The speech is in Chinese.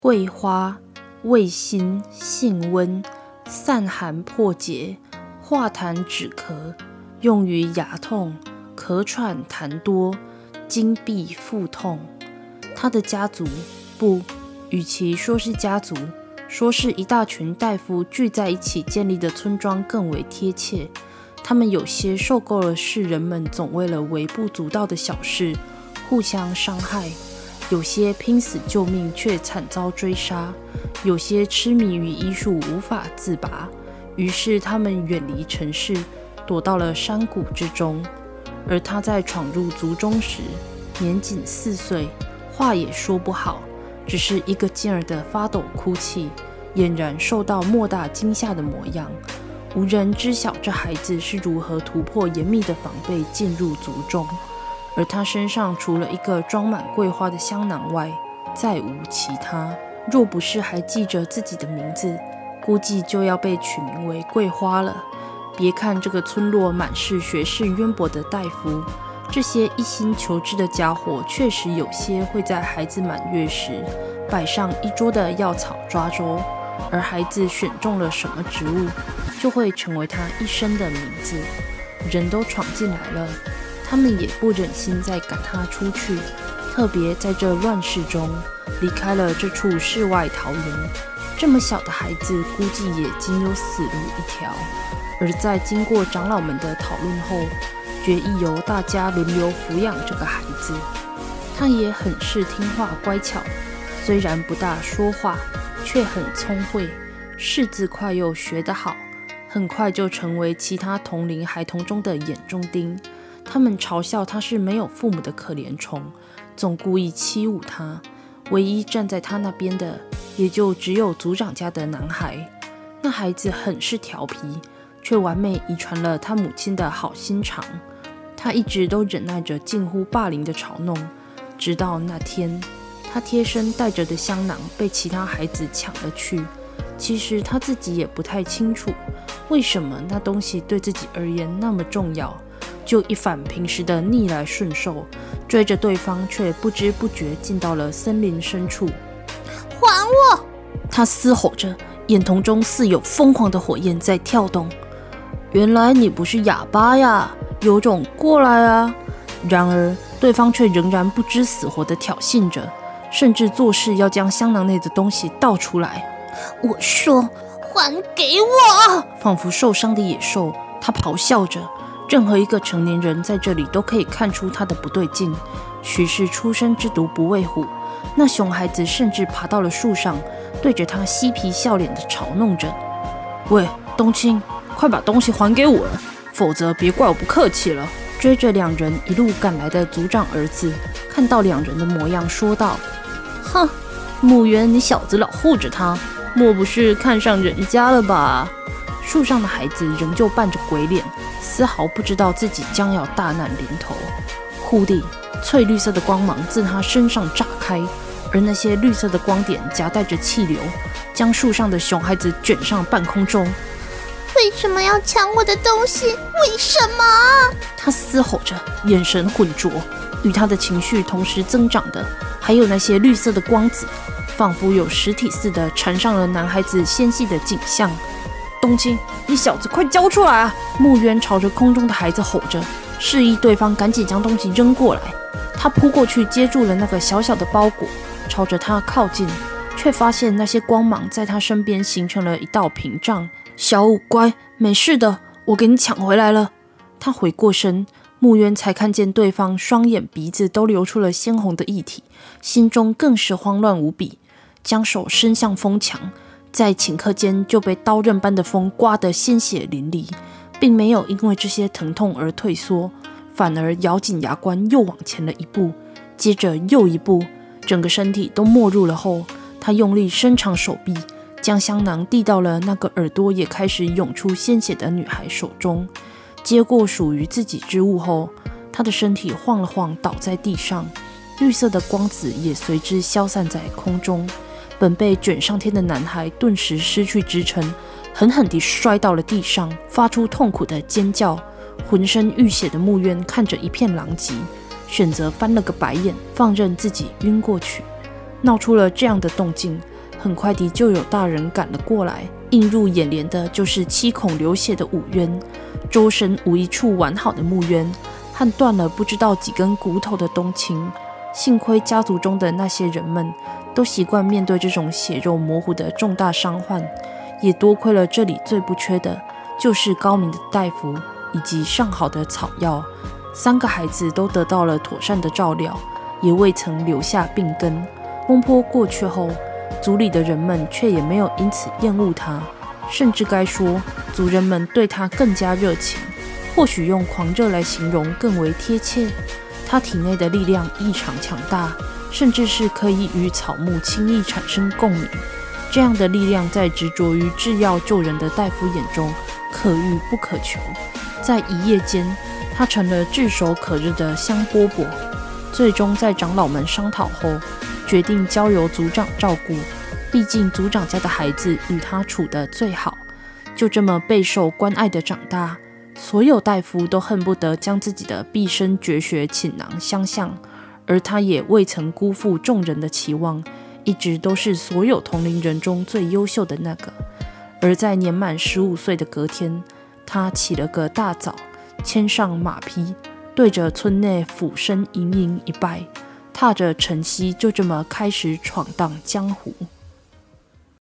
桂花味辛性温，散寒破结，化痰止咳，用于牙痛、咳喘痰多、经闭腹痛。他的家族，不，与其说是家族，说是一大群大夫聚在一起建立的村庄更为贴切。他们有些受够了世人们总为了微不足道的小事互相伤害，有些拼死救命却惨遭追杀，有些痴迷于医术无法自拔，于是他们远离城市，躲到了山谷之中。而他在闯入族中时，年仅4岁，话也说不好，只是一个劲儿的发抖哭泣，俨然受到莫大惊吓的模样。无人知晓这孩子是如何突破严密的防备进入族中，而他身上除了一个装满桂花的香囊外，再无其他。若不是还记着自己的名字，估计就要被取名为桂花了。别看这个村落满是学识渊博的大夫，这些一心求知的家伙确实有些会在孩子满月时摆上一桌的药草抓周，而孩子选中了什么植物，就会成为他一生的名字。人都闯进来了，他们也不忍心再赶他出去，特别在这乱世中离开了这处世外桃源。这么小的孩子估计也仅有死路一条。而在经过长老们的讨论后，决议由大家轮流抚养这个孩子。他也很是听话乖巧，虽然不大说话，却很聪慧，识字快又学得好，很快就成为其他同龄孩童中的眼中钉。他们嘲笑他是没有父母的可怜虫，总故意欺侮他。唯一站在他那边的，也就只有族长家的男孩。那孩子很是调皮，却完美遗传了他母亲的好心肠。他一直都忍耐着近乎霸凌的嘲弄，直到那天，他贴身带着的香囊被其他孩子抢了去。其实他自己也不太清楚，为什么那东西对自己而言那么重要，就一反平时的逆来顺受，追着对方，却不知不觉进到了森林深处。 还我！ 他嘶吼着，眼瞳中似有疯狂的火焰在跳动。原来你不是哑巴呀，有种过来啊！然而对方却仍然不知死活地挑衅着，甚至做事要将香囊内的东西倒出来。 我说还给我！ 仿佛受伤的野兽，他咆哮着。任何一个成年人在这里都可以看出他的不对劲。许是初生之犊不畏虎，那熊孩子甚至爬到了树上，对着他嬉皮笑脸地嘲弄着。喂，冬青，快把东西还给我了，否则别怪我不客气了。追着两人一路赶来的族长儿子看到两人的模样，说道：哼，木渊，你小子老护着他，莫不是看上人家了吧？树上的孩子仍旧扮着鬼脸，丝毫不知道自己将要大难临头。忽地，翠绿色的光芒自他身上炸开，而那些绿色的光点夹带着气流，将树上的熊孩子卷上半空中。 为什么要抢我的东西？为什么？ 他嘶吼着，眼神浑浊。与他的情绪同时增长的，还有那些绿色的光子，仿佛有实体似的缠上了男孩子纤细的颈项。冬青，你小子快交出来啊！木渊朝着空中的孩子吼着，示意对方赶紧将东西扔过来。他扑过去接住了那个小小的包裹，朝着他靠近，却发现那些光芒在他身边形成了一道屏障。小五，乖，没事的，我给你抢回来了。他回过身，木渊才看见对方双眼鼻子都流出了鲜红的液体，心中更是慌乱无比，将手伸向风墙，在顷刻间就被刀刃般的风刮得鲜血淋漓，并没有因为这些疼痛而退缩，反而咬紧牙关又往前了一步，接着又一步，整个身体都没入了后，他用力伸长手臂，将香囊递到了那个耳朵也开始涌出鲜血的女孩手中。接过属于自己之物后，他的身体晃了晃倒在地上，绿色的光子也随之消散在空中。本被卷上天的男孩顿时失去支撑，狠狠地摔到了地上，发出痛苦的尖叫。浑身浴血的木渊看着一片狼藉，选择翻了个白眼，放任自己晕过去。闹出了这样的动静， 很快地就有大人赶了过来。映入眼帘的就是七孔流血的五渊，周身无一处完好的木渊，和断了不知道几根骨头的冬青。幸亏家族中的那些人们都习惯面对这种血肉模糊的重大伤患，也多亏了这里最不缺的就是高明的大夫以及上好的草药。3个孩子都得到了妥善的照料，也未曾留下病根。风波过去后，族里的人们却也没有因此厌恶他，甚至该说族人们对他更加热情，或许用狂热来形容更为贴切。他体内的力量异常强大，甚至是可以与草木轻易产生共鸣。这样的力量在执着于制药救人的大夫眼中可遇不可求。在一夜间，他成了炙手可热的香饽饽。最终在长老们商讨后，决定交由族长照顾，毕竟族长家的孩子与他处得最好。就这么备受关爱的长大，所有大夫都恨不得将自己的毕生绝学倾囊相向，而他也未曾辜负众人的期望，一直都是所有同龄人中最优秀的那个。而在年满15岁的隔天，他起了个大早，牵上马匹，对着村内俯身盈盈一拜，踏着晨曦就这么开始闯荡江湖。